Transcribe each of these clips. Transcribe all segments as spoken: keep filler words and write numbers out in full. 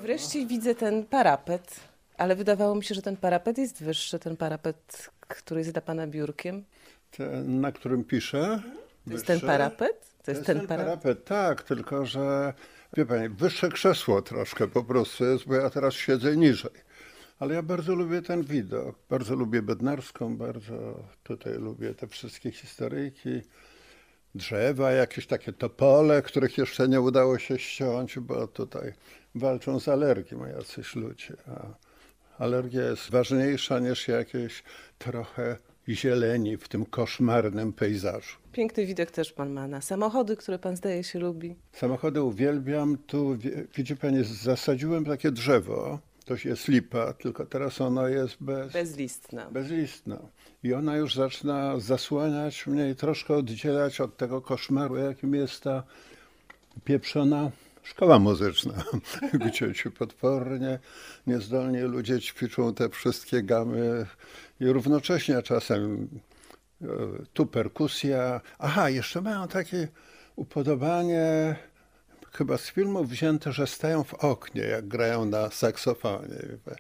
Wreszcie widzę ten parapet, ale wydawało mi się, że ten parapet jest wyższy, ten parapet, który jest za pana biurkiem. Ten, na którym piszę. To jest ten parapet? To, To jest jest ten ten parapet? parapet, tak, tylko że, wie pani, wyższe krzesło troszkę po prostu jest, bo ja teraz siedzę niżej. Ale ja bardzo lubię ten widok, bardzo lubię Bednarską, bardzo tutaj lubię te wszystkie historyjki, drzewa, jakieś takie topole, których jeszcze nie udało się ściąć, bo tutaj walczą z alergią jacyś ludzie. A alergia jest ważniejsza niż jakieś trochę zieleni w tym koszmarnym pejzażu. Piękny widok też pan ma na samochody, które pan zdaje się lubi. Samochody uwielbiam. Tu, widzi pani, zasadziłem takie drzewo. To jest lipa, tylko teraz ona jest bez, Bezlistna. bezlistna. I ona już zaczyna zasłaniać mnie i troszkę oddzielać od tego koszmaru, jakim jest ta pieprzona szkoła muzyczna, gdzie ci potwornie, niezdolni ludzie ćwiczą te wszystkie gamy i równocześnie czasem e, tu perkusja. Aha, jeszcze mają takie upodobanie, chyba z filmów wzięte, że stają w oknie, jak grają na saksofonie.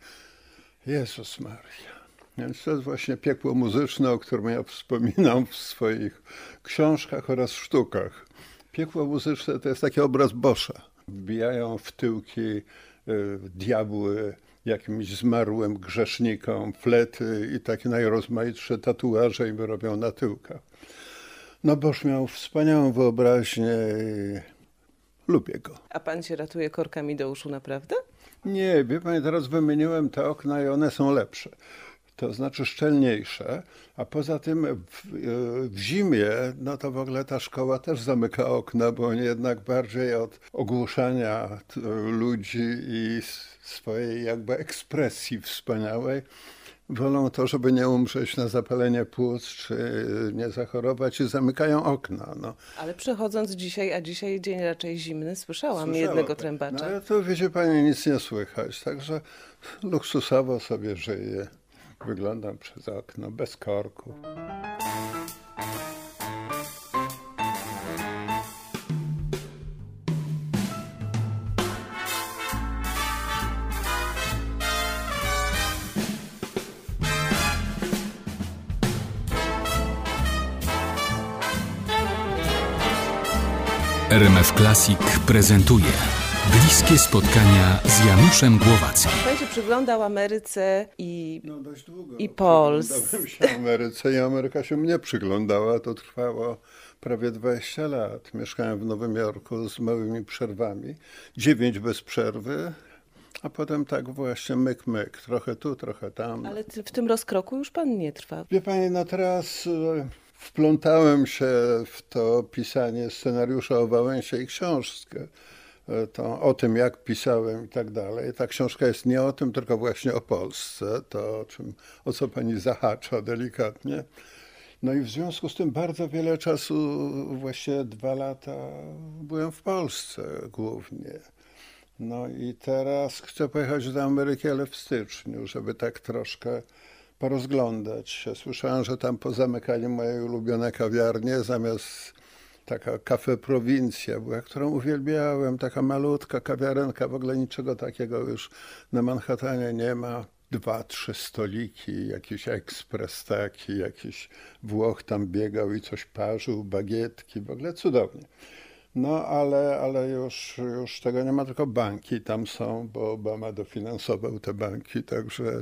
Jezus Maria. Więc to jest właśnie piekło muzyczne, o którym ja wspominam w swoich książkach oraz sztukach. Piekło muzyczne to jest taki obraz Boscha. Wbijają w tyłki y, diabły jakimś zmarłym grzesznikom, flety i takie najrozmaitsze tatuaże im robią na tyłkach. No Bosch miał wspaniałą wyobraźnię i lubię go. A pan się ratuje korkami do uszu, naprawdę? Nie, wie pani, teraz wymieniłem te okna i one są lepsze. To znaczy szczelniejsze, a poza tym w, w zimie, no to w ogóle ta szkoła też zamyka okna, bo oni jednak bardziej od ogłuszania ludzi i swojej jakby ekspresji wspaniałej wolą to, żeby nie umrzeć na zapalenie płuc, czy nie zachorować i zamykają okna. No. Ale przechodząc dzisiaj, a dzisiaj dzień raczej zimny, słyszałam, Słyszała jednego pani. trębacza. No ale to, wiecie pani, nic nie słychać, także luksusowo sobie żyję. Wyglądam przez okno, bez korku. R M F Classic prezentuje Bliskie spotkania z Januszem Głowackim. Pan się przyglądał Ameryce i, no dość długo i Polsce. Przyglądałem się Ameryce i Ameryka się mnie przyglądała. To trwało prawie dwadzieścia lat. Mieszkałem w Nowym Jorku z małymi przerwami. Dziewięć bez przerwy. A potem tak właśnie myk, myk. Trochę tu, trochę tam. Ale w tym rozkroku już pan nie trwa. Wie pani, no teraz wplątałem się w to pisanie scenariusza o Wałęsie i książkę. To o tym, jak pisałem i tak dalej. Ta książka jest nie o tym, tylko właśnie o Polsce. To, o, czym, o co pani zahacza delikatnie. No i w związku z tym bardzo wiele czasu, właściwie dwa lata, byłem w Polsce głównie. No i teraz chcę pojechać do Ameryki, ale w styczniu, żeby tak troszkę porozglądać się. Słyszałem, że tam pozamykali moje ulubione kawiarnie, zamiast taka Cafe Prowincja była, którą uwielbiałem, taka malutka kawiarenka, w ogóle niczego takiego już na Manhattanie nie ma. Dwa, trzy stoliki, jakiś ekspres taki, jakiś Włoch tam biegał i coś parzył, bagietki, w ogóle cudownie. No ale, ale już, już tego nie ma, tylko banki tam są, bo Obama dofinansował te banki, także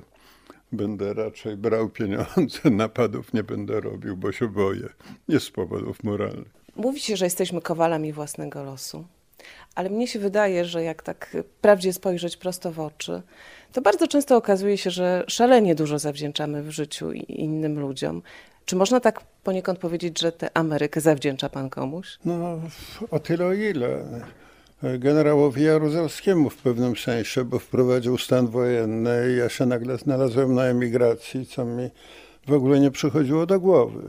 będę raczej brał pieniądze, napadów nie będę robił, bo się boję, nie z powodów moralnych. Mówi się, że jesteśmy kowalami własnego losu, ale mnie się wydaje, że jak tak prawdzie spojrzeć prosto w oczy, to bardzo często okazuje się, że szalenie dużo zawdzięczamy w życiu innym ludziom. Czy można tak poniekąd powiedzieć, że tę Amerykę zawdzięcza pan komuś? No, o tyle o ile. Generałowi Jaruzelskiemu w pewnym sensie, bo wprowadził stan wojenny i ja się nagle znalazłem na emigracji, co mi w ogóle nie przychodziło do głowy.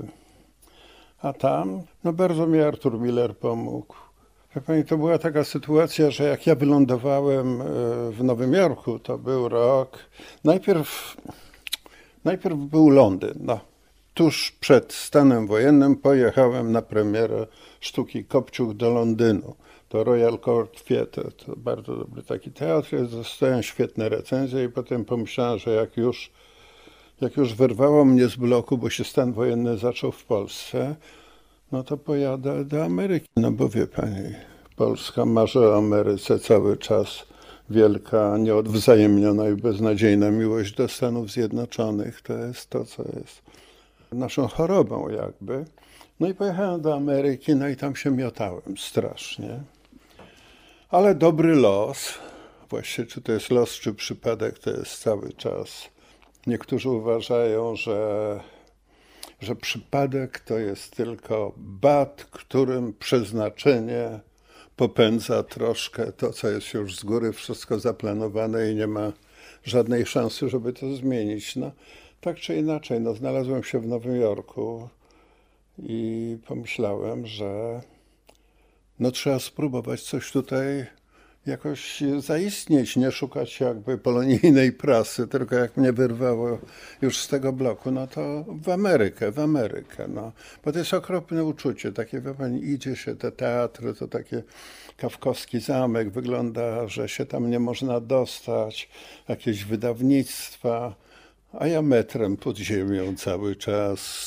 A tam, no bardzo mi Arthur Miller pomógł. Wie pani, to była taka sytuacja, że jak ja wylądowałem w Nowym Jorku, to był rok, najpierw, najpierw był Londyn, no. Tuż przed stanem wojennym pojechałem na premierę sztuki Kopciuch do Londynu. to Royal Court Theatre, to bardzo dobry taki teatr jest, dostałem świetne recenzje i potem pomyślałem, że jak już, jak już wyrwało mnie z bloku, bo się stan wojenny zaczął w Polsce, no to pojadę do Ameryki. No bo wie pani, Polska marzy o Ameryce cały czas. Wielka, nieodwzajemniona i beznadziejna miłość do Stanów Zjednoczonych. To jest to, co jest naszą chorobą jakby. No i pojechałem do Ameryki, no i tam się miotałem strasznie. Ale dobry los, właściwie czy to jest los, czy przypadek, to jest cały czas. Niektórzy uważają, że, że przypadek to jest tylko bat, którym przeznaczenie popędza troszkę to, co jest już z góry wszystko zaplanowane i nie ma żadnej szansy, żeby to zmienić. No, tak czy inaczej, no, znalazłem się w Nowym Jorku i pomyślałem, że no, trzeba spróbować coś tutaj jakoś zaistnieć, nie szukać jakby polonijnej prasy, tylko jak mnie wyrwało już z tego bloku, no to w Amerykę, w Amerykę, no. Bo to jest okropne uczucie, takie, wie pani, idzie się, te teatry, to takie Kafkowski zamek, wygląda, że się tam nie można dostać, jakieś wydawnictwa, a ja metrem pod ziemią cały czas.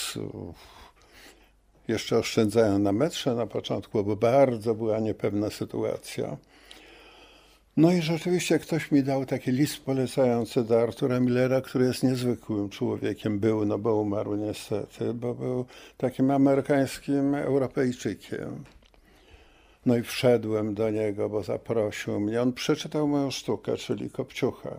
Jeszcze oszczędzałem na metrze na początku, bo bardzo była niepewna sytuacja. No i rzeczywiście ktoś mi dał taki list polecający do Artura Millera, który jest niezwykłym człowiekiem, był, no bo umarł niestety, bo był takim amerykańskim Europejczykiem. No i wszedłem do niego, bo zaprosił mnie. On przeczytał moją sztukę, czyli Kopciucha.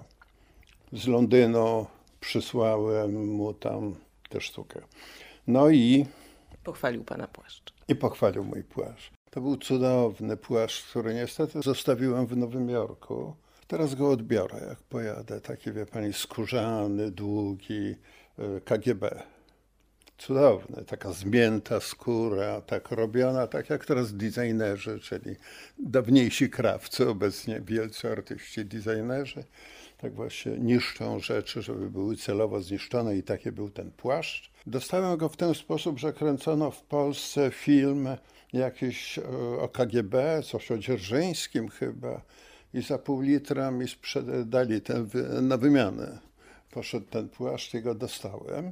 Z Londynu przysłałem mu tam tę sztukę. No i... Pochwalił pana płaszcz. I pochwalił mój płaszcz. To był cudowny płaszcz, który niestety zostawiłem w Nowym Jorku. Teraz go odbiorę, jak pojadę. Taki, wie pani, skórzany, długi, K G B. Cudowny, taka zmięta skóra, tak robiona, tak jak teraz designerzy, czyli dawniejsi krawcy, obecnie wielcy artyści designerzy. Tak właśnie niszczą rzeczy, żeby były celowo zniszczone i taki był ten płaszcz. Dostałem go w ten sposób, że kręcono w Polsce film jakiś o K G B, coś o Dzierżyńskim chyba i za pół litra mi sprzedali ten na wymianę. Poszedł ten płaszcz i go dostałem.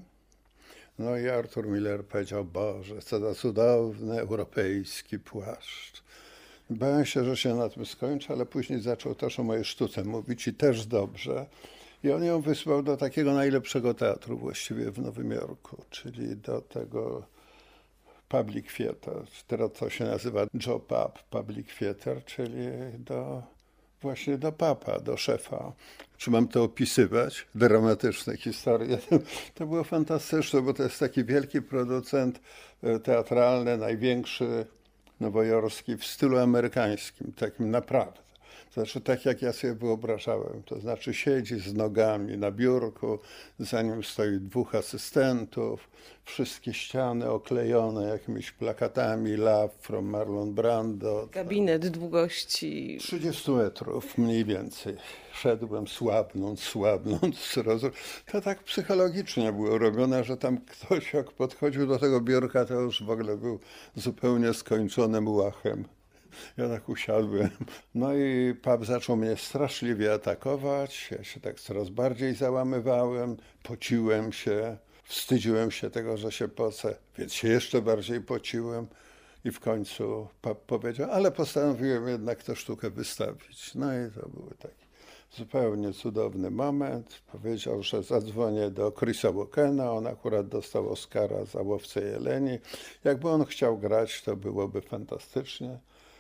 No i Artur Miller powiedział, Boże, co za cudowny europejski płaszcz. Bałem się, że się na tym skończy, ale później zaczął też o mojej sztuce mówić i też dobrze. I on ją wysłał do takiego najlepszego teatru właściwie w Nowym Jorku, czyli do tego Public Theatre. Teraz to się nazywa Joe Papp Public Theatre, czyli do, właśnie do papa, do szefa. Czy mam to opisywać? Dramatyczne historie. To było fantastyczne, bo to jest taki wielki producent teatralny, największy nowojorski w stylu amerykańskim, takim naprawdę. To znaczy tak, jak ja sobie wyobrażałem. To znaczy siedzi z nogami na biurku, za nim stoi dwóch asystentów, wszystkie ściany oklejone jakimiś plakatami Love from Marlon Brando. Gabinet długości... trzydzieści metrów mniej więcej. Szedłem słabnąc, słabnąc. To tak psychologicznie było robione, że tam ktoś jak podchodził do tego biurka, to już w ogóle był zupełnie skończonym łachem. Ja tak usiadłem. No i pap zaczął mnie straszliwie atakować. Ja się tak coraz bardziej załamywałem, pociłem się, wstydziłem się tego, że się pocę, więc się jeszcze bardziej pociłem. I w końcu pap powiedział, ale postanowiłem jednak tę sztukę wystawić. No i to był taki zupełnie cudowny moment. Powiedział, że zadzwonię do Chrisa Walkena. On akurat dostał Oscara za Łowcę Jeleni. Jakby on chciał grać, to byłoby fantastycznie.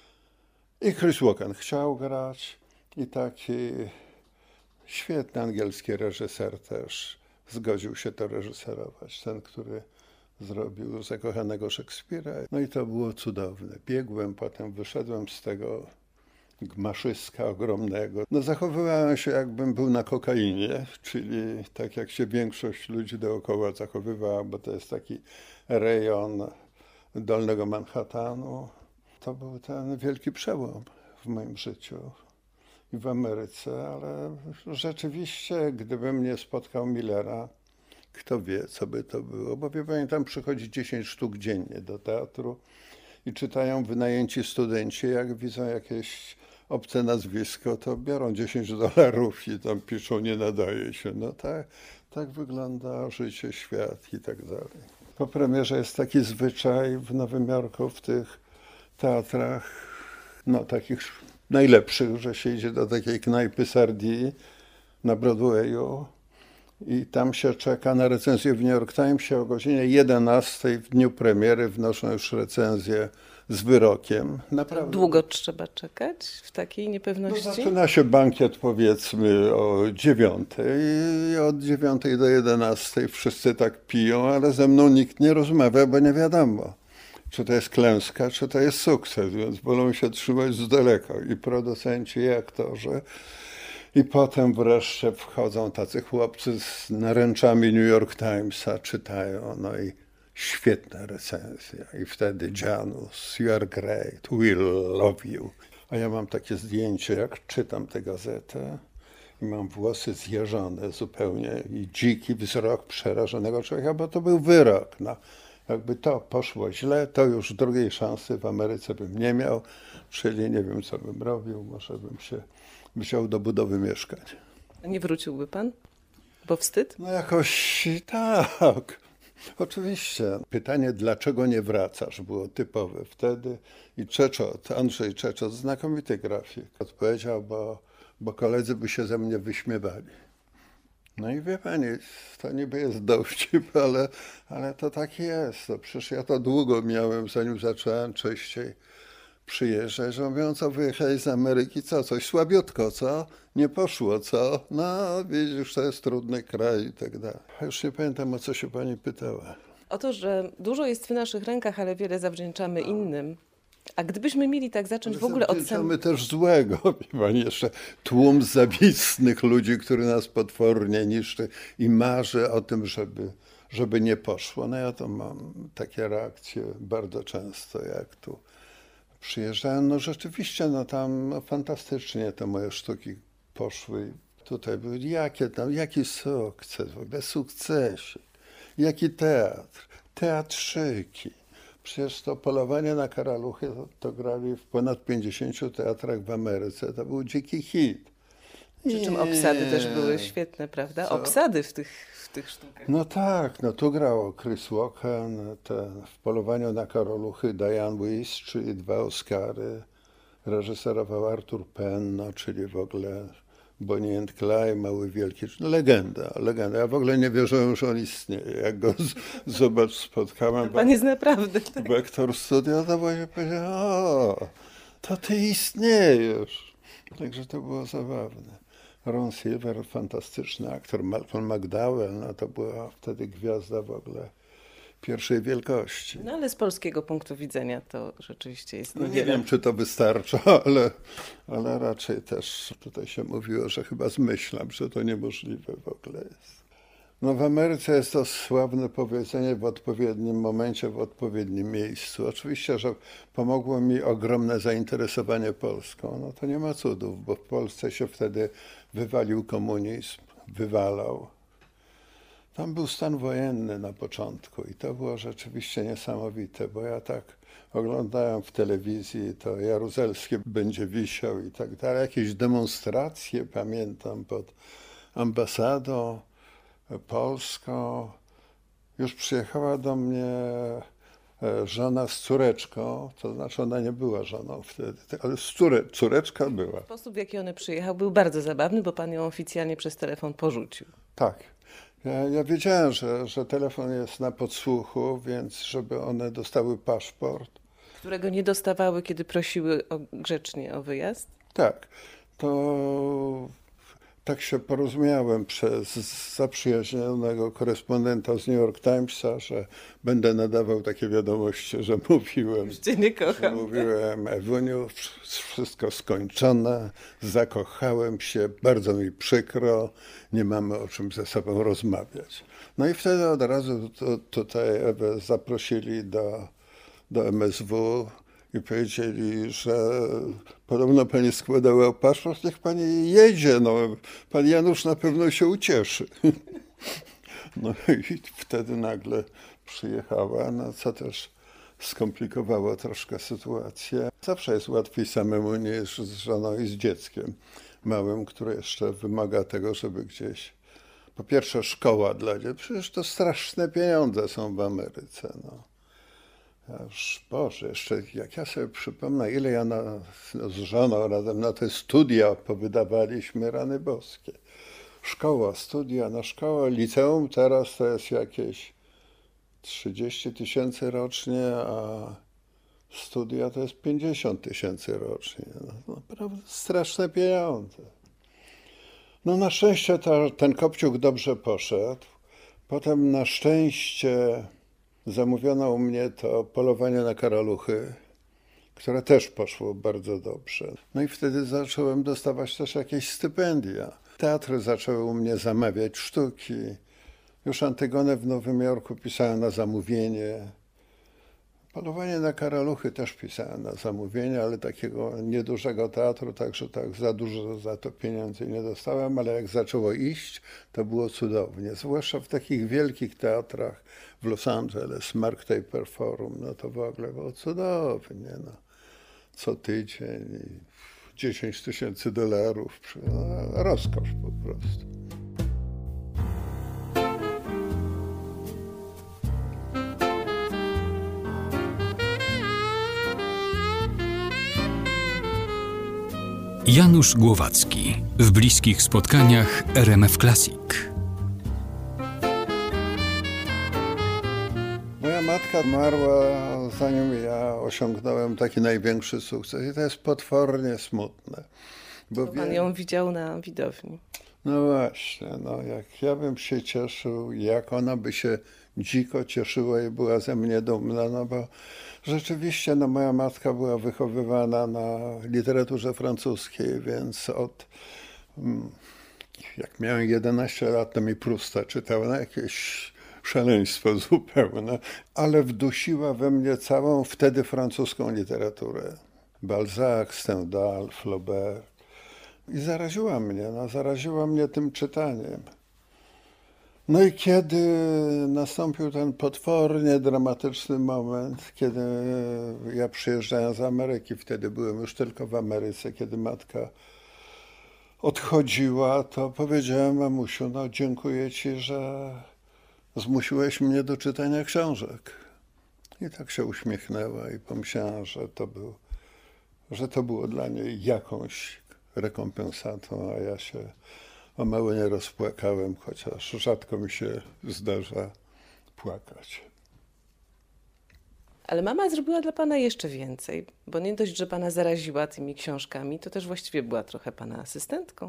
I Chris Walken chciał grać i taki świetny angielski reżyser też zgodził się to reżyserować. Ten, który zrobił Zakochanego Szekspira. No i to było cudowne. Biegłem, potem wyszedłem z tego gmaszyska ogromnego. No zachowywałem się, jakbym był na kokainie, czyli tak jak się większość ludzi dookoła zachowywała, bo to jest taki rejon Dolnego Manhattanu. To był ten wielki przełom w moim życiu i w Ameryce, ale rzeczywiście, gdybym nie spotkał Millera, kto wie, co by to było, bo wie pani, tam przychodzi dziesięć sztuk dziennie do teatru i czytają wynajęci studenci, jak widzą jakieś obce nazwisko, to biorą dziesięć dolarów i tam piszą, nie nadaje się. No tak, tak wygląda życie, świat i tak dalej. Po premierze jest taki zwyczaj w Nowym Jorku, w tych teatrach, no takich najlepszych, że się idzie do takiej knajpy Sardii na Broadwayu i tam się czeka na recenzję w New York Timesie o godzinie jedenastej w dniu premiery wnoszą już recenzję z wyrokiem. Naprawdę. Długo trzeba czekać w takiej No, niepewności? zaczyna się bankiet powiedzmy o dziewiątej i od dziewiątej do jedenastej wszyscy tak piją, ale ze mną nikt nie rozmawia, bo nie wiadomo, czy to jest klęska, czy to jest sukces, więc wolą się trzymać z daleka i producenci, i aktorzy. I potem wreszcie wchodzą tacy chłopcy z naręczami New York Timesa, czytają, no i świetna recenzja. I wtedy Janus, you are great, we'll love you. A ja mam takie zdjęcie, jak czytam tę gazetę i mam włosy zjeżone zupełnie i dziki wzrok przerażonego człowieka, bo to był wyrok. No, jakby to poszło źle, to już drugiej szansy w Ameryce bym nie miał, czyli nie wiem, co bym robił, może bym się wziął do budowy mieszkań. A nie wróciłby pan? Bo wstyd? No jakoś tak, oczywiście. Pytanie, dlaczego nie wracasz, było typowe wtedy. I Czeczot, Andrzej Czeczot, znakomity grafik, odpowiedział, bo, bo koledzy by się ze mnie wyśmiewali. No i wie pani, to niby jest dowcip, ale, ale to tak jest. No przecież ja to długo miałem, zanim zacząłem częściej przyjeżdżać, że mówią, co wyjechałeś z Ameryki, co, coś słabiutko, co? Nie poszło, co? No, widzisz, to jest trudny kraj i tak dalej. Już nie pamiętam, o co się pani pytała. O to, że dużo jest w naszych rękach, ale wiele zawdzięczamy innym. A gdybyśmy mieli tak zacząć w ogóle od samego... My też złego, wie pani, jeszcze tłum zawistnych ludzi, który nas potwornie niszczy i marzy o tym, żeby, żeby nie poszło. No ja to mam takie reakcje bardzo często, jak tu przyjeżdżałem. No rzeczywiście, no tam no, fantastycznie te moje sztuki poszły. Tutaj były, jakie tam, jaki sukces, w ogóle sukcesik, jaki teatr, teatrzyki. Przecież to Polowanie na karaluchy to, to grali w ponad pięćdziesięciu teatrach w Ameryce. To był dziki hit. Przy czym obsady też były świetne, prawda? Co? Obsady w tych, w tych sztukach. No tak, no tu grało Chris Walken, te, w Polowaniu na karaluchy Diane Weiss, czyli dwa Oscary. Reżyserował Arthur Penn, no, czyli w ogóle Bonnie and Clyde, Mały Wielki, no, legenda, legenda. Ja w ogóle nie wierzyłem, że on istnieje. Jak go z, zobacz, spotkałem. Pan jest naprawdę... Tak. Lektor studia, to właśnie powiedział, o, to ty istniejesz. Także to było zabawne. Ron Silver, fantastyczny aktor, Malcolm McDowell, no to była wtedy gwiazda w ogóle pierwszej wielkości. No ale z polskiego punktu widzenia to rzeczywiście jest No, nie niewiele. wiem, czy to wystarcza, ale, ale raczej też tutaj się mówiło, że chyba zmyślam, że to niemożliwe w ogóle jest. No w Ameryce jest to sławne powiedzenie w odpowiednim momencie, w odpowiednim miejscu. Oczywiście, że pomogło mi ogromne zainteresowanie Polską. No to nie ma cudów, bo w Polsce się wtedy wywalił komunizm, wywalał. Tam był stan wojenny na początku i to było rzeczywiście niesamowite, bo ja tak oglądałem w telewizji, to Jaruzelski będzie wisiał i tak dalej. Jakieś demonstracje, pamiętam, pod ambasadą polską. Już przyjechała do mnie żona z córeczką, to znaczy ona nie była żoną wtedy, ale córe, córeczka była. Sposób, w jaki on przyjechał, był bardzo zabawny, bo pan ją oficjalnie przez telefon porzucił. Tak. Ja, ja wiedziałem, że, że telefon jest na podsłuchu, więc żeby one dostały paszport. Którego nie dostawały, kiedy prosiły o, grzecznie o wyjazd? Tak. To tak się porozumiałem przez zaprzyjaźnionego korespondenta z New York Timesa, że będę nadawał takie wiadomości, że mówiłem, Już cię nie że kocham. mówiłem, Ewuniu, wszystko skończone, zakochałem się, bardzo mi przykro, nie mamy o czym ze sobą rozmawiać. No i wtedy od razu to, tutaj Ewę zaprosili do, do M S W i powiedzieli, że podobno pani składała paszport, niech pani jedzie, no pan Janusz na pewno się ucieszy. No i wtedy nagle przyjechała, no co też skomplikowało troszkę sytuację. Zawsze jest łatwiej samemu niż z żoną i z dzieckiem małym, które jeszcze wymaga tego, żeby gdzieś... Po pierwsze szkoła dla dzieci, przecież to straszne pieniądze są w Ameryce. No. Aż Boże, jeszcze jak ja sobie przypomnę, ile ja na, z żoną razem na te studia powydawaliśmy, rany boskie. Szkoła, studia, na szkołę, liceum teraz to jest jakieś trzydzieści tysięcy rocznie, a studia to jest pięćdziesiąt tysięcy rocznie. No, naprawdę straszne pieniądze. No na szczęście to, ten kopciuk dobrze poszedł. Potem na szczęście zamówiono u mnie to polowanie na karaluchy, które też poszło bardzo dobrze. No i wtedy zacząłem dostawać też jakieś stypendia. Teatry zaczęły u mnie zamawiać sztuki. Już Antygonę w Nowym Jorku pisałem na zamówienie. Polowanie na karaluchy też pisałem na zamówienie, ale takiego niedużego teatru, także tak za dużo za to pieniędzy nie dostałem, ale jak zaczęło iść, to było cudownie. Zwłaszcza w takich wielkich teatrach w Los Angeles, Mark Taper Forum, no to w ogóle było cudownie. No. Co tydzień dziesięć tysięcy dolarów, no, rozkosz po prostu. Janusz Głowacki w bliskich spotkaniach R M F Classic. Moja matka zmarła, zanim ja osiągnąłem taki największy sukces i to jest potwornie smutne. Bo Pan wie... ją widział na widowni. No właśnie, no jak ja bym się cieszył, jak ona by się dziko cieszyła i była ze mnie dumna, no bo rzeczywiście no, moja matka była wychowywana na literaturze francuskiej, więc od jak miałem jedenaście lat, to mi Prousta czytała, no jakieś szaleństwo zupełne, ale wdusiła we mnie całą wtedy francuską literaturę. Balzac, Stendhal, Flaubert. I zaraziła mnie, no, zaraziła mnie tym czytaniem. No i kiedy nastąpił ten potwornie dramatyczny moment, kiedy ja przyjeżdżałem z Ameryki, wtedy byłem już tylko w Ameryce, kiedy matka odchodziła, to powiedziałem: mamusiu, no dziękuję ci, że zmusiłeś mnie do czytania książek. I tak się uśmiechnęła i pomyślałem, że to, był, że to było dla niej jakąś rekompensatą, a ja się o mało nie rozpłakałem, chociaż rzadko mi się zdarza płakać. Ale mama zrobiła dla pana jeszcze więcej, bo nie dość, że pana zaraziła tymi książkami, to też właściwie była trochę pana asystentką.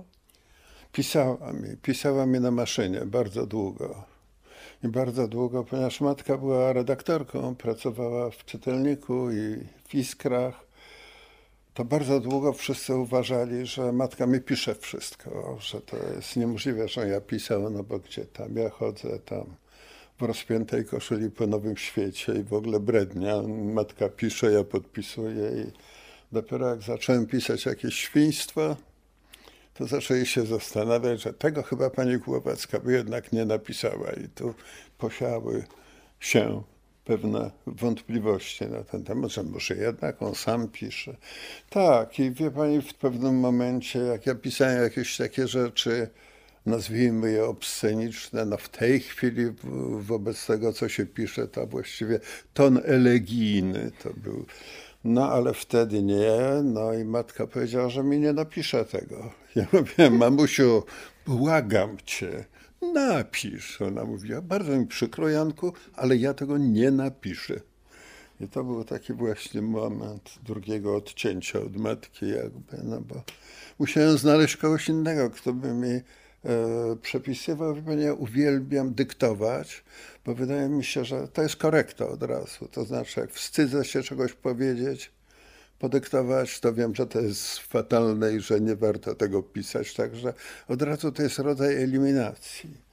Pisała mi, pisała mi na maszynie bardzo długo. I bardzo długo, ponieważ matka była redaktorką, pracowała w Czytelniku i w Iskrach. To bardzo długo wszyscy uważali, że matka mi pisze wszystko, że to jest niemożliwe, że ja pisałem, no bo gdzie tam, ja chodzę tam w rozpiętej koszuli po Nowym Świecie i w ogóle brednia. Matka pisze, ja podpisuję i dopiero jak zacząłem pisać jakieś świństwa, to zaczęli się zastanawiać, że tego chyba pani Głowacka by jednak nie napisała i tu posiały się pewne wątpliwości na ten temat, że może jednak on sam pisze. Tak, i wie pani, w pewnym momencie, jak ja pisałem jakieś takie rzeczy, nazwijmy je obsceniczne, no w tej chwili wobec tego, co się pisze, to właściwie ton elegijny to był. No ale wtedy nie, no i matka powiedziała, że mi nie napisze tego. Ja mówiłem: mamusiu, błagam cię, napisz. Ona mówiła: bardzo mi przykro, Janku, ale ja tego nie napiszę. I to był taki właśnie moment drugiego odcięcia od matki jakby, no bo musiałem znaleźć kogoś innego, kto by mi e, przepisywał. Ja uwielbiam dyktować, bo wydaje mi się, że to jest korekta od razu. To znaczy, jak wstydzę się czegoś powiedzieć, podyktować, to wiem, że to jest fatalne i że nie warto tego pisać. Także od razu to jest rodzaj eliminacji.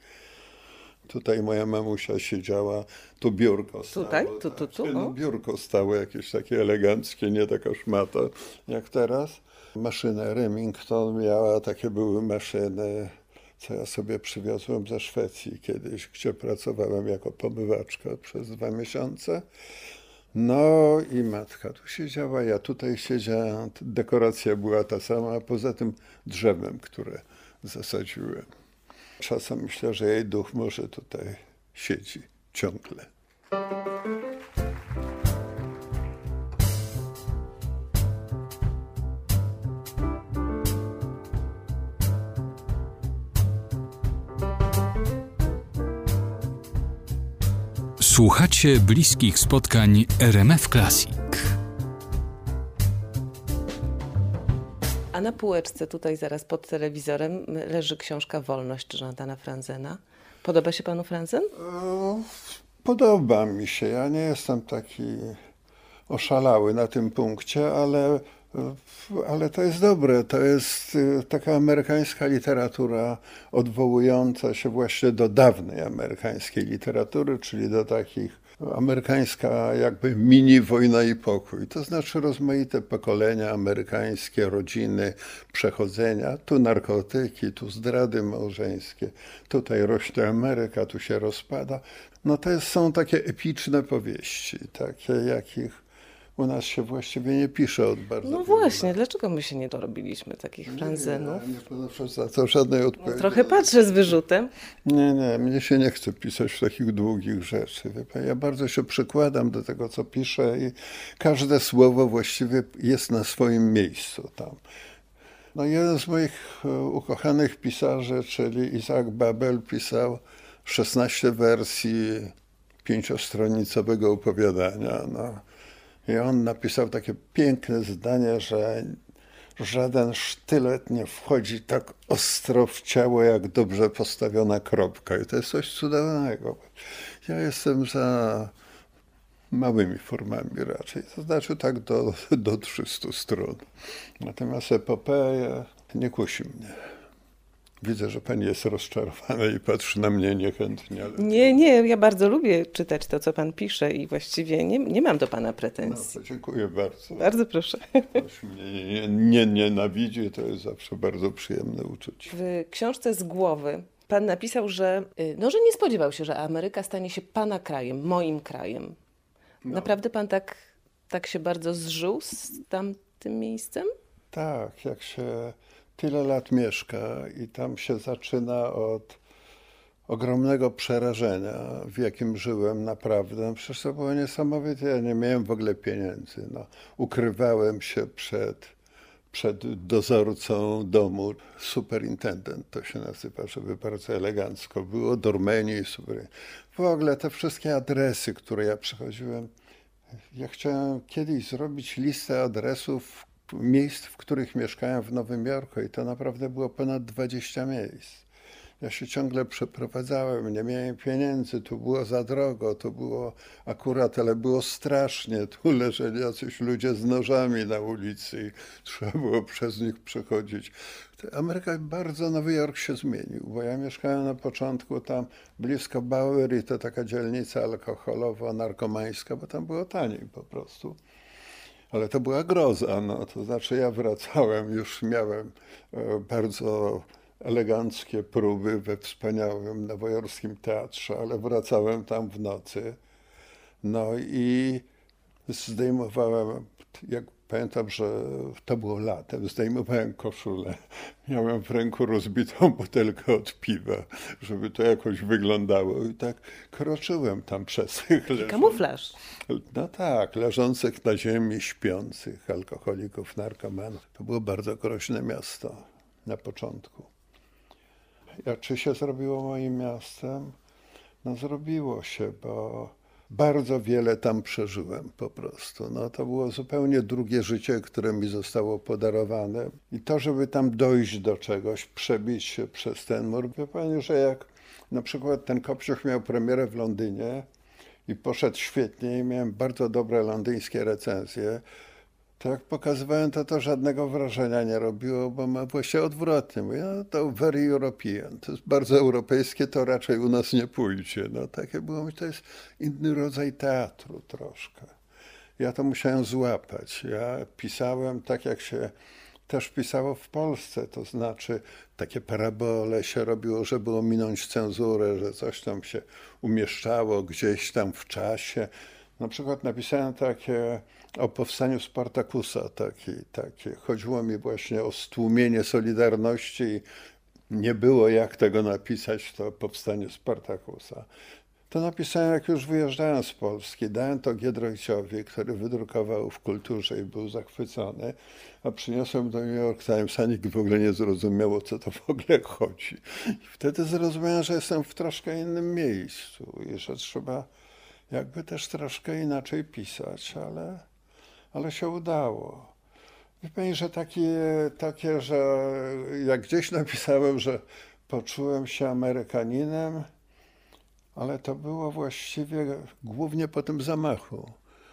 Tutaj moja mamusia siedziała, tu biurko stało. Tutaj? Tu, tu, tu? No, biurko stało jakieś takie eleganckie, nie taka szmata jak teraz. Maszynę Remington miała, takie były maszyny, co ja sobie przywiozłem ze Szwecji kiedyś, gdzie pracowałem jako pomywaczka przez dwa miesiące. No i matka tu siedziała, ja tutaj siedziałem, dekoracja była ta sama, a poza tym drzewem, które zasadziłem. Czasem myślę, że jej duch może tutaj siedzi ciągle. Słuchacie bliskich spotkań R M F Classic. A na półeczce tutaj zaraz pod telewizorem leży książka Wolność Jonathana Franzena. Podoba się panu Franzen? E, Podoba mi się. Ja nie jestem taki oszalały na tym punkcie, ale, ale to jest dobre. To jest taka amerykańska literatura odwołująca się właśnie do dawnej amerykańskiej literatury, czyli do takich amerykańska jakby mini Wojna i Pokój. To znaczy rozmaite pokolenia amerykańskie, rodziny, przechodzenia. Tu narkotyki, tu zdrady małżeńskie, tutaj rośnie Ameryka, tu się rozpada. No to jest, są takie epiczne powieści, takie jakich u nas się właściwie nie pisze od bardzo No wielu właśnie, lat. dlaczego my się nie dorobiliśmy takich Franzenów? Nie, nie ponoszę za to żadnej No, odpowiedzi. trochę patrzę z wyrzutem. Nie, nie, mnie się nie chce pisać takich długich rzeczy. Wie pan, ja bardzo się przykładam do tego, co piszę i każde słowo właściwie jest na swoim miejscu tam. No jeden z moich ukochanych pisarzy, czyli Isaac Babel, pisał szesnaście wersji pięciostronicowego opowiadania. No. I on napisał takie piękne zdanie, że żaden sztylet nie wchodzi tak ostro w ciało, jak dobrze postawiona kropka. I to jest coś cudownego. Ja jestem za małymi formami raczej, to znaczy tak do, do trzystu stron. Natomiast epopeja nie kusi mnie. Widzę, że pani jest rozczarowana i patrzy na mnie niechętnie. Ale... Nie, nie, ja bardzo lubię czytać to, co pan pisze i właściwie nie, nie mam do pana No, pretensji. to dziękuję bardzo. Bardzo proszę. Ktoś mnie nie, nie, nie nienawidzi, to jest zawsze bardzo przyjemne uczucie. W książce Z głowy pan napisał, że, y, no, że nie spodziewał się, że Ameryka stanie się pana krajem, moim krajem. No. Naprawdę pan tak, tak się bardzo zżył z tamtym miejscem? Tak, jak się tyle lat mieszka i tam się zaczyna od ogromnego przerażenia, w jakim żyłem naprawdę. Przecież to było niesamowite, ja nie miałem w ogóle pieniędzy. No, ukrywałem się przed, przed dozorcą domu, superintendent to się nazywa, żeby bardzo elegancko było, dormeni, super. W ogóle te wszystkie adresy, które ja przechodziłem, ja chciałem kiedyś zrobić listę adresów miejsc, w których mieszkałem w Nowym Jorku i to naprawdę było ponad dwadzieścia miejsc. Ja się ciągle przeprowadzałem, nie miałem pieniędzy, tu było za drogo, tu było akurat, ale było strasznie, tu leżeli jacyś ludzie z nożami na ulicy i trzeba było przez nich przechodzić. Ameryka, bardzo Nowy Jork się zmienił, bo ja mieszkałem na początku tam blisko Bowery, to taka dzielnica alkoholowo-narkomańska, bo tam było taniej po prostu. Ale to była groza, no, to znaczy ja wracałem, już miałem e, bardzo eleganckie próby we wspaniałym nowojorskim teatrze, ale wracałem tam w nocy. No i zdejmowałem, jak pamiętam, że to było latem, zdejmowałem koszulę. Miałem w ręku rozbitą butelkę od piwa, żeby to jakoś wyglądało. I tak kroczyłem tam przez tych leżących. Kamuflaż. No tak, leżących na ziemi, śpiących, alkoholików, narkomanów. To było bardzo groźne miasto na początku. A czy się zrobiło moim miastem? No zrobiło się, bo bardzo wiele tam przeżyłem po prostu. No to było zupełnie drugie życie, które mi zostało podarowane. I to, żeby tam dojść do czegoś, przebić się przez ten mur. Wie pani, że jak na przykład ten Kopciuch miał premierę w Londynie i poszedł świetnie i miałem bardzo dobre londyńskie recenzje, to jak pokazywałem to, to żadnego wrażenia nie robiło, bo ma właśnie odwrotnie. Mówię, no to very European, to jest bardzo europejskie, to raczej u nas nie pójdzie. No takie było, to jest inny rodzaj teatru troszkę. Ja to musiałem złapać. Ja pisałem tak, jak się też pisało w Polsce, to znaczy takie parabole się robiło, żeby ominąć cenzurę, że coś tam się umieszczało gdzieś tam w czasie. Na przykład napisałem takie o powstaniu Spartakusa, takie, takie. Chodziło mi właśnie o stłumienie Solidarności i nie było jak tego napisać, to powstanie Spartakusa. To napisałem, jak już wyjeżdżałem z Polski. Dałem to Giedroyciowi, który wydrukował w Kulturze i był zachwycony, a przyniosłem do New York Times, a nikt w ogóle nie zrozumiał, o co to w ogóle chodzi. I wtedy zrozumiałem, że jestem w troszkę innym miejscu i że trzeba jakby też troszkę inaczej pisać, ale, ale się udało. Wie pani, że takie, takie, że jak gdzieś napisałem, że poczułem się Amerykaninem, ale to było właściwie głównie po tym zamachu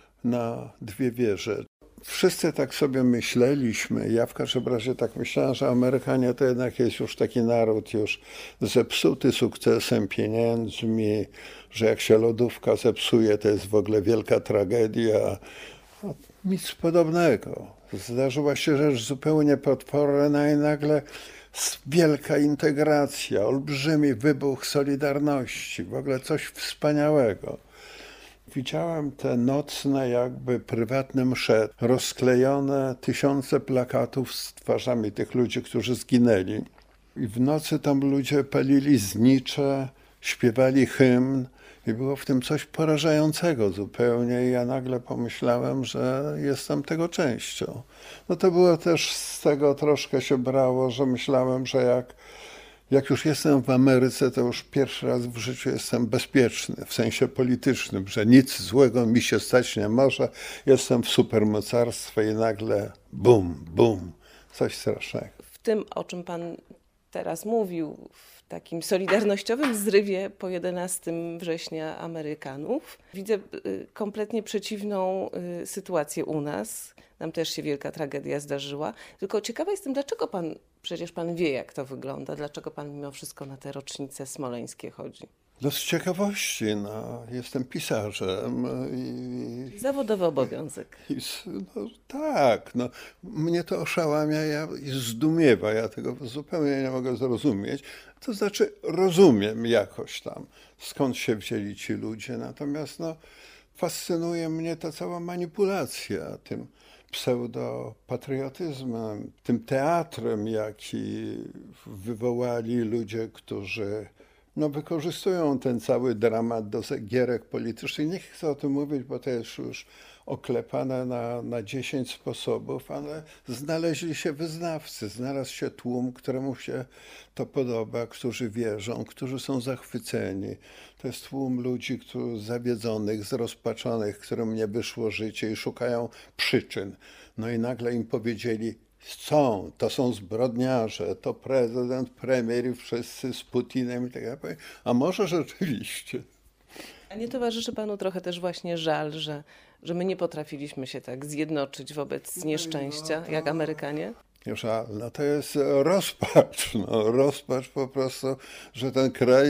na dwie wieże. Wszyscy tak sobie myśleliśmy, ja w każdym razie tak myślałem, że Amerykanie to jednak jest już taki naród już zepsuty sukcesem, pieniędzmi, że jak się lodówka zepsuje, to jest w ogóle wielka tragedia. No, nic podobnego. Zdarzyła się rzecz zupełnie potworna i nagle wielka integracja, olbrzymi wybuch Solidarności, w ogóle coś wspaniałego. Widziałem te nocne, jakby prywatne msze, rozklejone tysiące plakatów z twarzami tych ludzi, którzy zginęli. I w nocy tam ludzie palili znicze, śpiewali hymn i było w tym coś porażającego zupełnie. I ja nagle pomyślałem, że jestem tego częścią. No to było też z tego troszkę się brało, że myślałem, że jak Jak już jestem w Ameryce, to już pierwszy raz w życiu jestem bezpieczny, w sensie politycznym, że nic złego mi się stać nie może. Jestem w supermocarstwie i nagle bum, bum, coś strasznego. W tym, o czym pan teraz mówił, w takim solidarnościowym zrywie po jedenastego września Amerykanów, widzę kompletnie przeciwną sytuację u nas. Nam też się wielka tragedia zdarzyła. Tylko ciekawa jestem, dlaczego pan, przecież pan wie, jak to wygląda, dlaczego pan mimo wszystko na te rocznice smoleńskie chodzi? No z ciekawości, no, jestem pisarzem. I, Zawodowy obowiązek. I, no, tak, no, mnie to oszałamia ja, i zdumiewa, ja tego zupełnie nie mogę zrozumieć. To znaczy rozumiem jakoś tam, skąd się wzięli ci ludzie, natomiast no, fascynuje mnie ta cała manipulacja tym pseudopatriotyzmem, tym teatrem, jaki wywołali ludzie, którzy no, wykorzystują ten cały dramat do gierek politycznych. Nie chcę o tym mówić, bo to jest już oklepane na, na dziesięć sposobów, ale znaleźli się wyznawcy, znalazł się tłum, któremu się to podoba, którzy wierzą, którzy są zachwyceni. To jest tłum ludzi, którzy zawiedzonych, zrozpaczonych, którym nie wyszło życie i szukają przyczyn. No i nagle im powiedzieli, są, to są zbrodniarze, to prezydent, premier i wszyscy z Putinem i tak dalej. A może rzeczywiście? A nie towarzyszy panu trochę też właśnie żal, że, że my nie potrafiliśmy się tak zjednoczyć wobec nieszczęścia, jak Amerykanie? Żal, no to jest rozpacz, no, rozpacz po prostu, że ten kraj,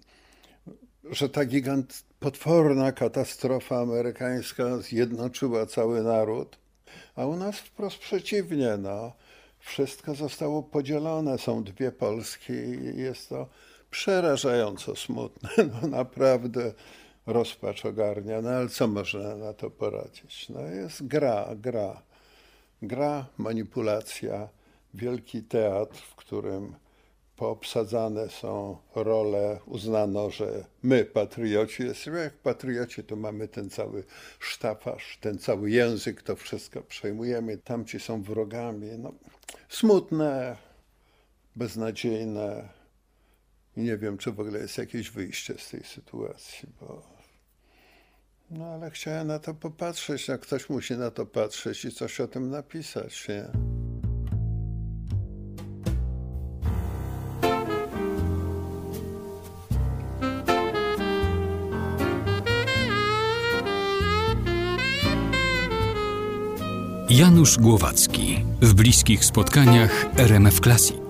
że ta gigant, potworna katastrofa amerykańska zjednoczyła cały naród, a u nas wprost przeciwnie, no. Wszystko zostało podzielone, są dwie Polski i jest to przerażająco smutne, no naprawdę rozpacz ogarnia, no ale co można na to poradzić? No jest gra, gra, gra, manipulacja, wielki teatr, w którym poobsadzane są role, uznano, że my patrioci jesteśmy, jak patrioci to mamy ten cały sztafaż, ten cały język, to wszystko przejmujemy, tamci są wrogami, no smutne, beznadziejne i nie wiem, czy w ogóle jest jakieś wyjście z tej sytuacji, bo no ale chciałem na to popatrzeć, jak ktoś musi na to patrzeć i coś o tym napisać, nie? Janusz Głowacki w bliskich spotkaniach R M F Classic.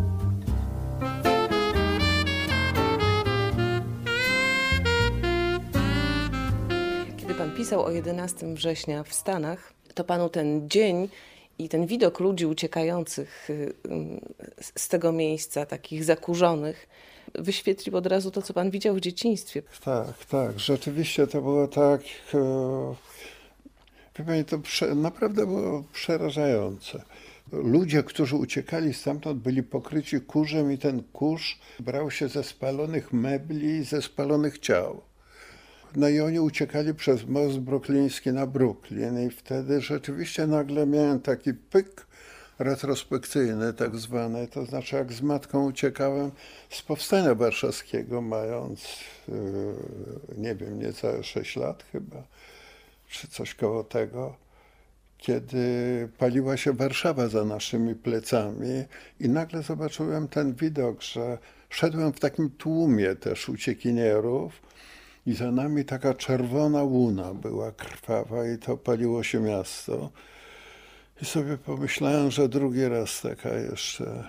Kiedy pan pisał o jedenastego września w Stanach, to panu ten dzień i ten widok ludzi uciekających z tego miejsca, takich zakurzonych, wyświetlił od razu to, co pan widział w dzieciństwie. Tak, tak, rzeczywiście to było tak, e, wie pani, to prze, naprawdę było przerażające. Ludzie, którzy uciekali stamtąd, byli pokryci kurzem i ten kurz brał się ze spalonych mebli, ze spalonych ciał. No i oni uciekali przez most brukliński na Brooklyn i wtedy rzeczywiście nagle miałem taki pyk retrospekcyjny tak zwany, to znaczy jak z matką uciekałem z Powstania Warszawskiego, mając, yy, nie wiem, niecałe sześć lat chyba, czy coś koło tego, kiedy paliła się Warszawa za naszymi plecami i nagle zobaczyłem ten widok, że szedłem w takim tłumie też uciekinierów i za nami taka czerwona łuna była krwawa i to paliło się miasto. I sobie pomyślałem, że drugi raz taka jeszcze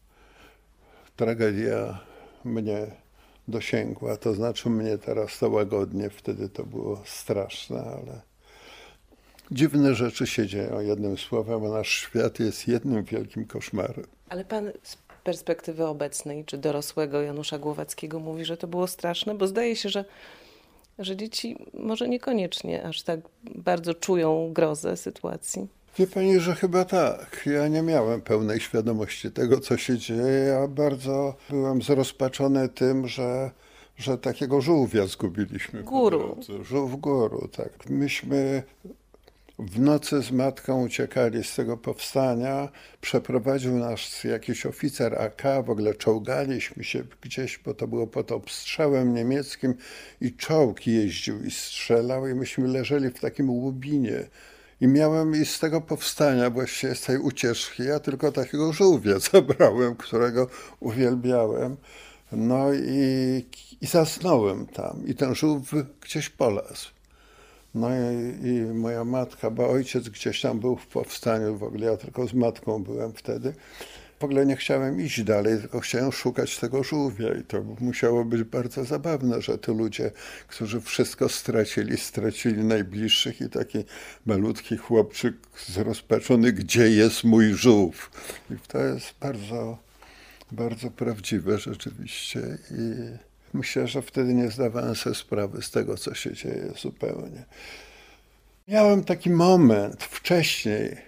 tragedia mnie dosięgła. To znaczy mnie teraz to łagodnie, wtedy to było straszne, ale dziwne rzeczy się dzieją, jednym słowem, a nasz świat jest jednym wielkim koszmarem. Ale pan z perspektywy obecnej, czy dorosłego Janusza Głowackiego mówi, że to było straszne, bo zdaje się, że, że dzieci może niekoniecznie aż tak bardzo czują grozę sytuacji. Wie pani, że chyba tak. Ja nie miałem pełnej świadomości tego, co się dzieje. Ja bardzo byłem zrozpaczony tym, że, że takiego żółwia zgubiliśmy. Guru. Żółw guru, tak. Myśmy w nocy z matką uciekali z tego powstania. Przeprowadził nas jakiś oficer A K, w ogóle czołgaliśmy się gdzieś, bo to było pod obstrzałem niemieckim i czołg jeździł i strzelał i myśmy leżeli w takim łubinie. I miałem i z tego powstania, właściwie z tej ucieczki, ja tylko takiego żółwia zabrałem, którego uwielbiałem. No i, i zasnąłem tam i ten żółw gdzieś polazł. No i, i moja matka, bo ojciec gdzieś tam był w powstaniu, w ogóle ja tylko z matką byłem wtedy. W ogóle nie chciałem iść dalej, tylko chciałem szukać tego żółwia i to musiało być bardzo zabawne, że to ludzie, którzy wszystko stracili, stracili najbliższych i taki malutki chłopczyk zrozpaczony, gdzie jest mój żółw. I to jest bardzo, bardzo prawdziwe rzeczywiście i myślę, że wtedy nie zdawałem sobie sprawy z tego, co się dzieje zupełnie. Miałem taki moment wcześniej,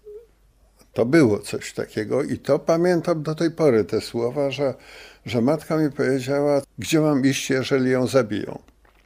to było coś takiego i to pamiętam do tej pory te słowa, że, że matka mi powiedziała, gdzie mam iść, jeżeli ją zabiją.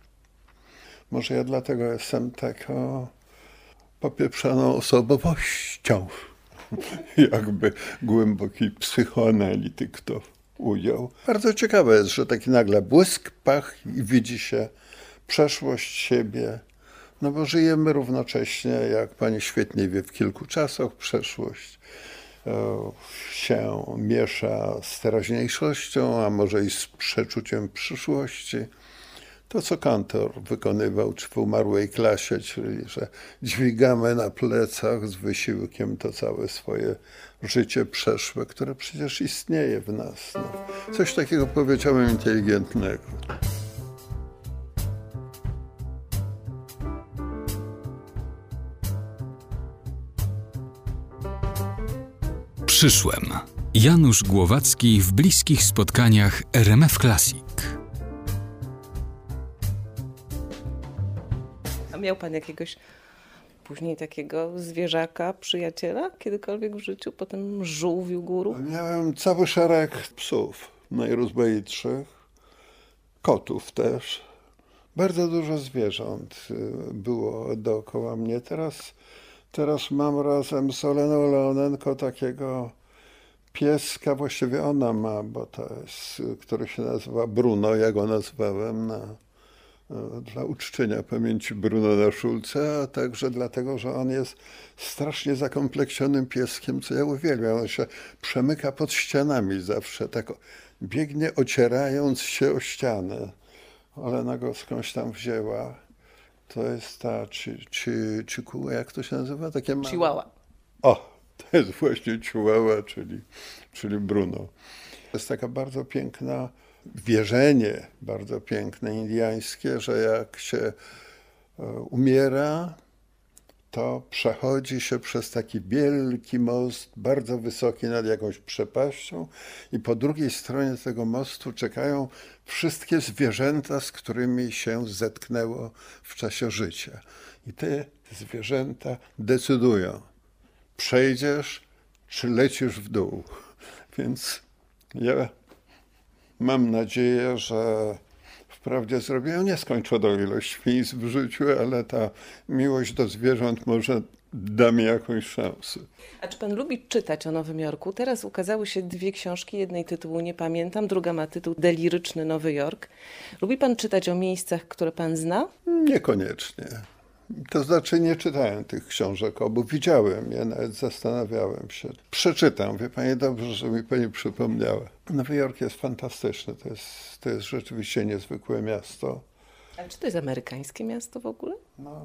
Może ja dlatego jestem taką popieprzoną osobowością, jakby głęboki psychoanalityk to ujął. Bardzo ciekawe jest, że taki nagle błysk, pach i widzi się przeszłość siebie. No bo żyjemy równocześnie, jak pani świetnie wie, w kilku czasach. Przeszłość e, się miesza z teraźniejszością, a może i z przeczuciem przyszłości. To, co Kantor wykonywał czy w Umarłej klasie, czyli że dźwigamy na plecach z wysiłkiem to całe swoje życie przeszłe, które przecież istnieje w nas. No. Coś takiego powiedziałem inteligentnego. Przyszłem. Janusz Głowacki w bliskich spotkaniach R M F Classic. A miał pan jakiegoś później takiego zwierzaka, przyjaciela kiedykolwiek w życiu, potem żółwiu góru? Miałem cały szereg psów najrozmaitszych, kotów też. Bardzo dużo zwierząt było dookoła mnie. Teraz, teraz mam razem z Oleną Leonenko takiego pieska, właściwie ona ma, bo to jest, który się nazywa Bruno, ja go nazwałem na, dla uczczenia pamięci Brunona Schulze, a także dlatego, że on jest strasznie zakompleksionym pieskiem, co ja uwielbiam. On się przemyka pod ścianami zawsze, tak biegnie ocierając się o ścianę. Olena go skądś tam wzięła. To jest ta, czy, czy, czy jak to się nazywa? Takie małe... Chihuahua. O, to jest właśnie Chihuahua, czyli, czyli Bruno. To jest taka bardzo piękna wierzenie, bardzo piękne, indiańskie, że jak się umiera, to przechodzi się przez taki wielki most, bardzo wysoki nad jakąś przepaścią i po drugiej stronie tego mostu czekają wszystkie zwierzęta, z którymi się zetknęło w czasie życia. I te zwierzęta decydują, przejdziesz czy lecisz w dół. Więc ja mam nadzieję, że wprawdzie zrobiłem nieskończoną ilość miejsc w życiu, ale ta miłość do zwierząt może da mi jakąś szansę. A czy pan lubi czytać o Nowym Jorku? Teraz ukazały się dwie książki, jednej tytułu nie pamiętam, druga ma tytuł Deliryczny Nowy Jork. Lubi pan czytać o miejscach, które pan zna? Niekoniecznie. To znaczy nie czytałem tych książek obu, widziałem je, nawet zastanawiałem się. Przeczytam, wie pani, dobrze, że mi pani przypomniała. Nowy Jork jest fantastyczny, to jest, to jest rzeczywiście niezwykłe miasto. Ale czy to jest amerykańskie miasto w ogóle? No,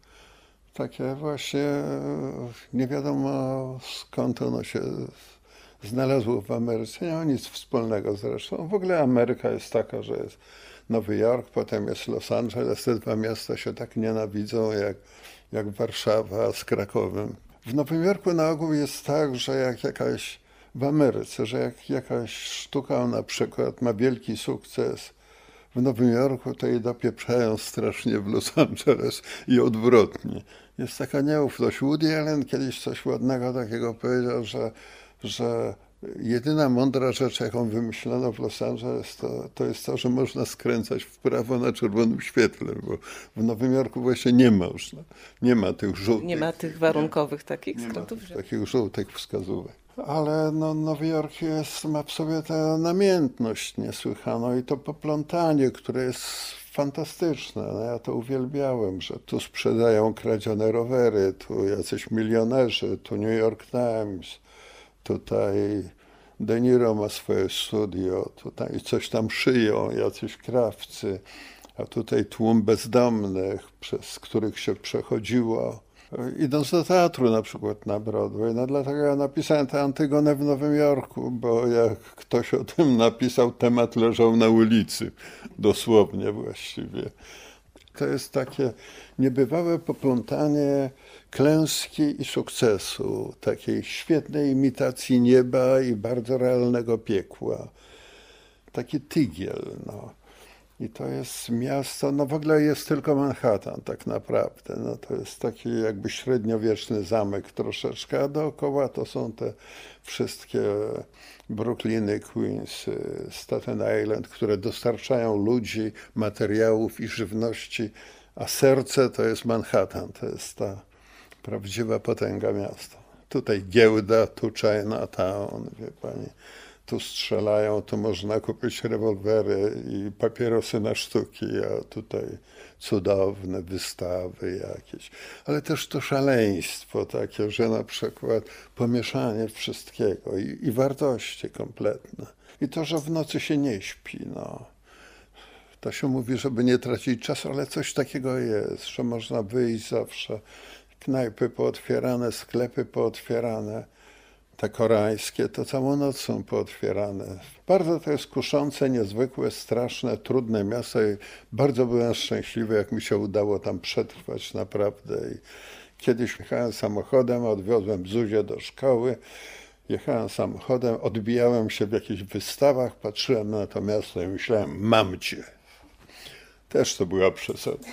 takie właśnie nie wiadomo skąd ono się znalazło w Ameryce. Nie ma nic wspólnego zresztą. W ogóle Ameryka jest taka, że jest Nowy Jork, potem jest Los Angeles. Te dwa miasta się tak nienawidzą jak, jak Warszawa z Krakowem. W Nowym Jorku na ogół jest tak, że jak jakaś w Ameryce, że jak jakaś sztuka na przykład ma wielki sukces w Nowym Jorku, to jej dopieprzają strasznie w Los Angeles i odwrotnie. Jest taka nieufność. Woody Allen kiedyś coś ładnego takiego powiedział, że, że jedyna mądra rzecz, jaką wymyślono w Los Angeles, to, to jest to, że można skręcać w prawo na czerwonym świetle, bo w Nowym Jorku właśnie nie można. Nie ma tych żółtych. Nie ma tych warunkowych takich nie skrótów? ma Że... takich żółtych wskazówek. Ale no, Nowy Jork jest, ma w sobie tę namiętność niesłychaną i to poplątanie, które jest fantastyczne. No, ja to uwielbiałem, że tu sprzedają kradzione rowery, tu jacyś milionerzy, tu New York Times, tutaj De Niro ma swoje studio, tutaj coś tam szyją, jacyś krawcy, a tutaj tłum bezdomnych, przez których się przechodziło, idąc do teatru na przykład na Broadway. No dlatego ja napisałem tę Antygonę w Nowym Jorku, bo jak ktoś o tym napisał, temat leżał na ulicy, dosłownie właściwie. To jest takie niebywałe poplątanie klęski i sukcesu, takiej świetnej imitacji nieba i bardzo realnego piekła. Taki tygiel, no. I to jest miasto, no w ogóle jest tylko Manhattan tak naprawdę. No to jest taki jakby średniowieczny zamek troszeczkę, a dookoła to są te wszystkie Brooklyny, Queens, Staten Island, które dostarczają ludzi, materiałów i żywności, a serce to jest Manhattan, to jest ta prawdziwa potęga miasta. Tutaj giełda, tu Chinatown, wie pani. Tu strzelają, tu można kupić rewolwery i papierosy na sztuki, a tutaj cudowne wystawy jakieś. Ale też to szaleństwo takie, że na przykład pomieszanie wszystkiego i, i wartości kompletne. I to, że w nocy się nie śpi, no. To się mówi, żeby nie tracić czasu, ale coś takiego jest, że można wyjść zawsze. Knajpy pootwierane, sklepy pootwierane. Te koreańskie to całą noc są pootwierane. Bardzo to jest kuszące, niezwykłe, straszne, trudne miasto i bardzo byłem szczęśliwy, jak mi się udało tam przetrwać naprawdę. I kiedyś jechałem samochodem, odwiozłem Zuzię do szkoły, jechałem samochodem, odbijałem się w jakichś wystawach, patrzyłem na to miasto i myślałem, mam cię. Też to była przesada.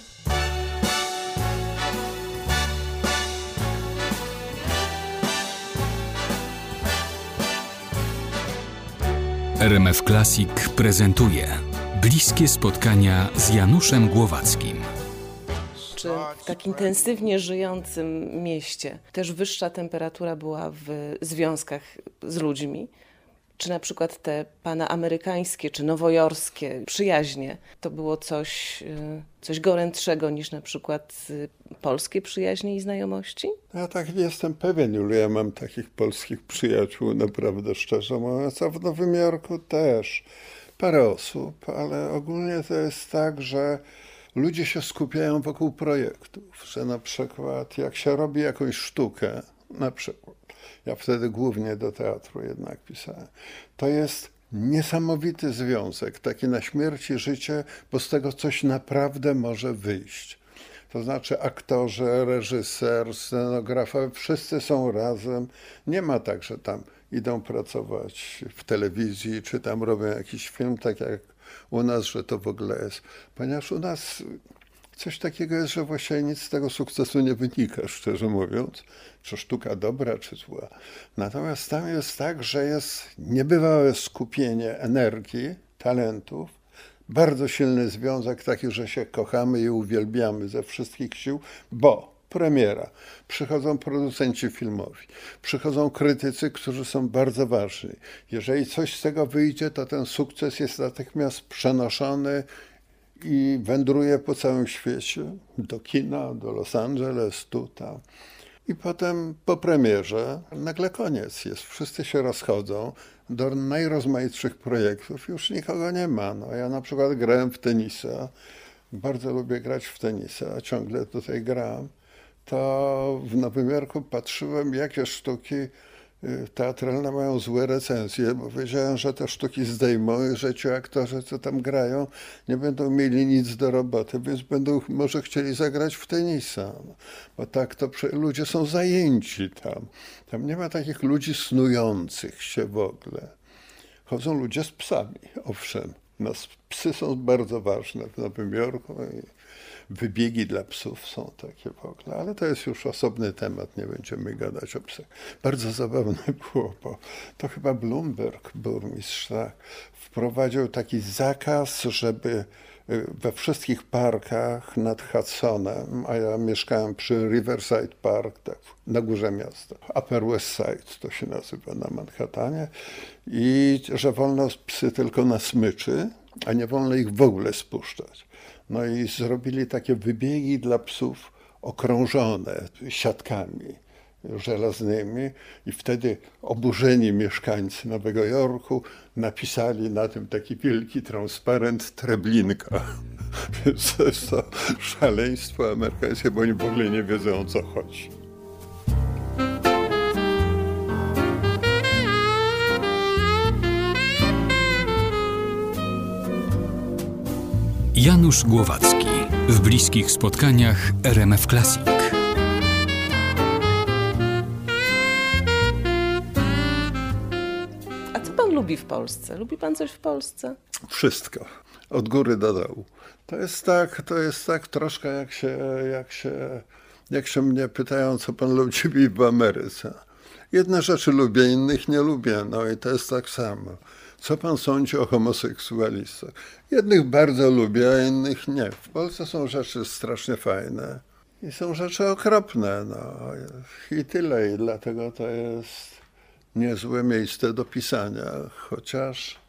R M F Classic prezentuje Bliskie spotkania z Januszem Głowackim. Czy w tak intensywnie żyjącym mieście też wyższa temperatura była w związkach z ludźmi? Czy na przykład te pana amerykańskie czy nowojorskie przyjaźnie to było coś, coś gorętszego niż na przykład polskie przyjaźnie i znajomości? Ja tak nie jestem pewien, ilu ja mam takich polskich przyjaciół, naprawdę szczerze mówiąc, a w Nowym Jorku też parę osób, ale ogólnie to jest tak, że ludzie się skupiają wokół projektów, że na przykład jak się robi jakąś sztukę, na przykład, ja wtedy głównie do teatru jednak pisałem, to jest niesamowity związek, taki na śmierć i życie, bo z tego coś naprawdę może wyjść. To znaczy aktorzy, reżyser, scenografowie, wszyscy są razem. Nie ma tak, że tam idą pracować w telewizji, czy tam robią jakiś film, tak jak u nas, że to w ogóle jest. Ponieważ u nas coś takiego jest, że właściwie nic z tego sukcesu nie wynika, szczerze mówiąc, czy sztuka dobra, czy zła. Natomiast tam jest tak, że jest niebywałe skupienie energii, talentów, bardzo silny związek taki, że się kochamy i uwielbiamy ze wszystkich sił, bo premiera, przychodzą producenci filmowi, przychodzą krytycy, którzy są bardzo ważni. Jeżeli coś z tego wyjdzie, to ten sukces jest natychmiast przenoszony i wędruje po całym świecie, do kina, do Los Angeles, tu, tam. I potem po premierze nagle koniec jest. Wszyscy się rozchodzą do najrozmaitszych projektów. Już nikogo nie ma. No, ja na przykład grałem w tenisa. Bardzo lubię grać w tenisa, a ciągle tutaj gram. To w Nowym Jorku patrzyłem, jakie sztuki teatralne mają złe recenzje, bo wiedziałem, że te sztuki zdejmą i że ci aktorzy, co tam grają, nie będą mieli nic do roboty, więc będą może chcieli zagrać w tenisa. Bo tak to ludzie są zajęci tam. Tam nie ma takich ludzi snujących się w ogóle. Chodzą ludzie z psami, owszem. No, psy są bardzo ważne w Nowym Jorku i wybiegi dla psów są takie w ogóle, ale to jest już osobny temat, nie będziemy gadać o psach. Bardzo zabawne było, bo to chyba Bloomberg, burmistrz, tak, wprowadził taki zakaz, żeby we wszystkich parkach nad Hudsonem, a ja mieszkałem przy Riverside Park, tak, na górze miasta, Upper West Side to się nazywa na Manhattanie, i że wolno psy tylko na smyczy, a nie wolno ich w ogóle spuszczać. No i zrobili takie wybiegi dla psów okrążone siatkami żelaznymi i wtedy oburzeni mieszkańcy Nowego Jorku napisali na tym taki wielki transparent Treblinka. Więc to jest to szaleństwo amerykańskie, bo oni w ogóle nie wiedzą, o co chodzi. Janusz Głowacki w bliskich spotkaniach R M F Classic. A co pan lubi w Polsce? Lubi pan coś w Polsce? Wszystko. Od góry do dołu. To jest tak, to jest tak troszkę jak się, jak się, jak się mnie pytają, co pan lubi w Ameryce. Jedne rzeczy lubię, innych nie lubię. No i to jest tak samo. Co pan sądzi o homoseksualistach? Jednych bardzo lubię, a innych nie. W Polsce są rzeczy strasznie fajne i są rzeczy okropne. No. I tyle. I dlatego to jest niezłe miejsce do pisania. Chociaż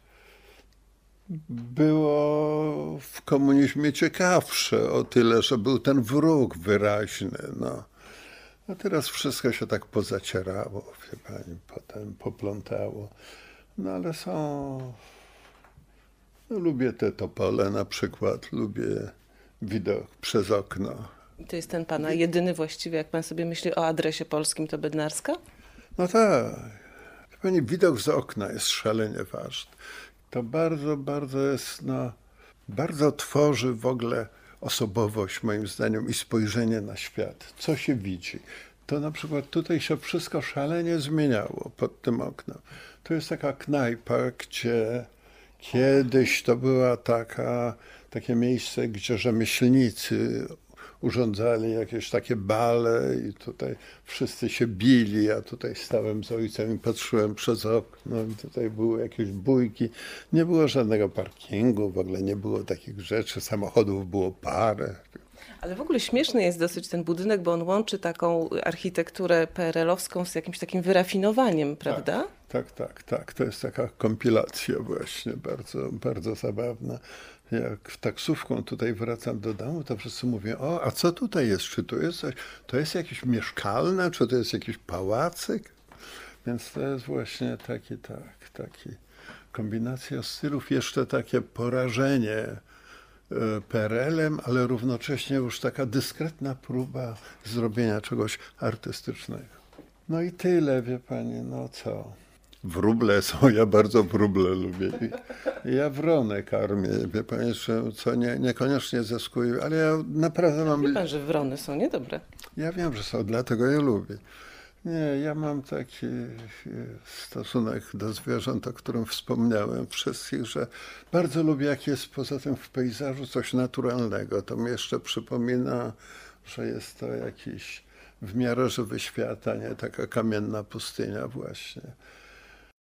było w komunizmie ciekawsze o tyle, że był ten wróg wyraźny. No. A teraz wszystko się tak pozacierało, wie pani, potem poplątało. No ale są... No, lubię te topole na przykład, lubię widok przez okno. I to jest ten pana jedyny właściwie, jak pan sobie myśli o adresie polskim, to Bednarska? No tak. Pani, widok z okna jest szalenie ważny. To bardzo, bardzo jest, no, bardzo tworzy w ogóle osobowość moim zdaniem i spojrzenie na świat. Co się widzi? To na przykład tutaj się wszystko szalenie zmieniało pod tym oknem. To jest taka knajpa, gdzie kiedyś to była taka, takie miejsce, gdzie rzemieślnicy urządzali jakieś takie bale i tutaj wszyscy się bili. Ja tutaj stałem z ojcem i patrzyłem przez okno i tutaj były jakieś bójki. Nie było żadnego parkingu, w ogóle nie było takich rzeczy, samochodów było parę. Ale w ogóle śmieszny jest dosyć ten budynek, bo on łączy taką architekturę P R L-owską z jakimś takim wyrafinowaniem, prawda? Tak, tak, tak, tak. To jest taka kompilacja właśnie, bardzo, bardzo zabawna. Jak taksówką tutaj wracam do domu, to wszyscy mówią, o, a co tutaj jest? Czy to jest coś, to jest jakieś mieszkalne, czy to jest jakiś pałacyk? Więc to jest właśnie taki, tak, taki kombinacja stylów, jeszcze takie porażenie P R L-em, ale równocześnie już taka dyskretna próba zrobienia czegoś artystycznego. No i tyle, wie pani, no co. Wróble są, ja bardzo wróble lubię. I ja wronę karmię, wie pani, co nie, niekoniecznie zyskuję, ale ja naprawdę mam... Wie pan, że wrony są niedobre. Ja wiem, że są, dlatego je lubię. Nie, ja mam taki stosunek do zwierząt, o którym wspomniałem wszystkich, że bardzo lubię, jak jest poza tym w pejzażu coś naturalnego. To mi jeszcze przypomina, że jest to jakiś w miarę żywy świat, a nie taka kamienna pustynia właśnie.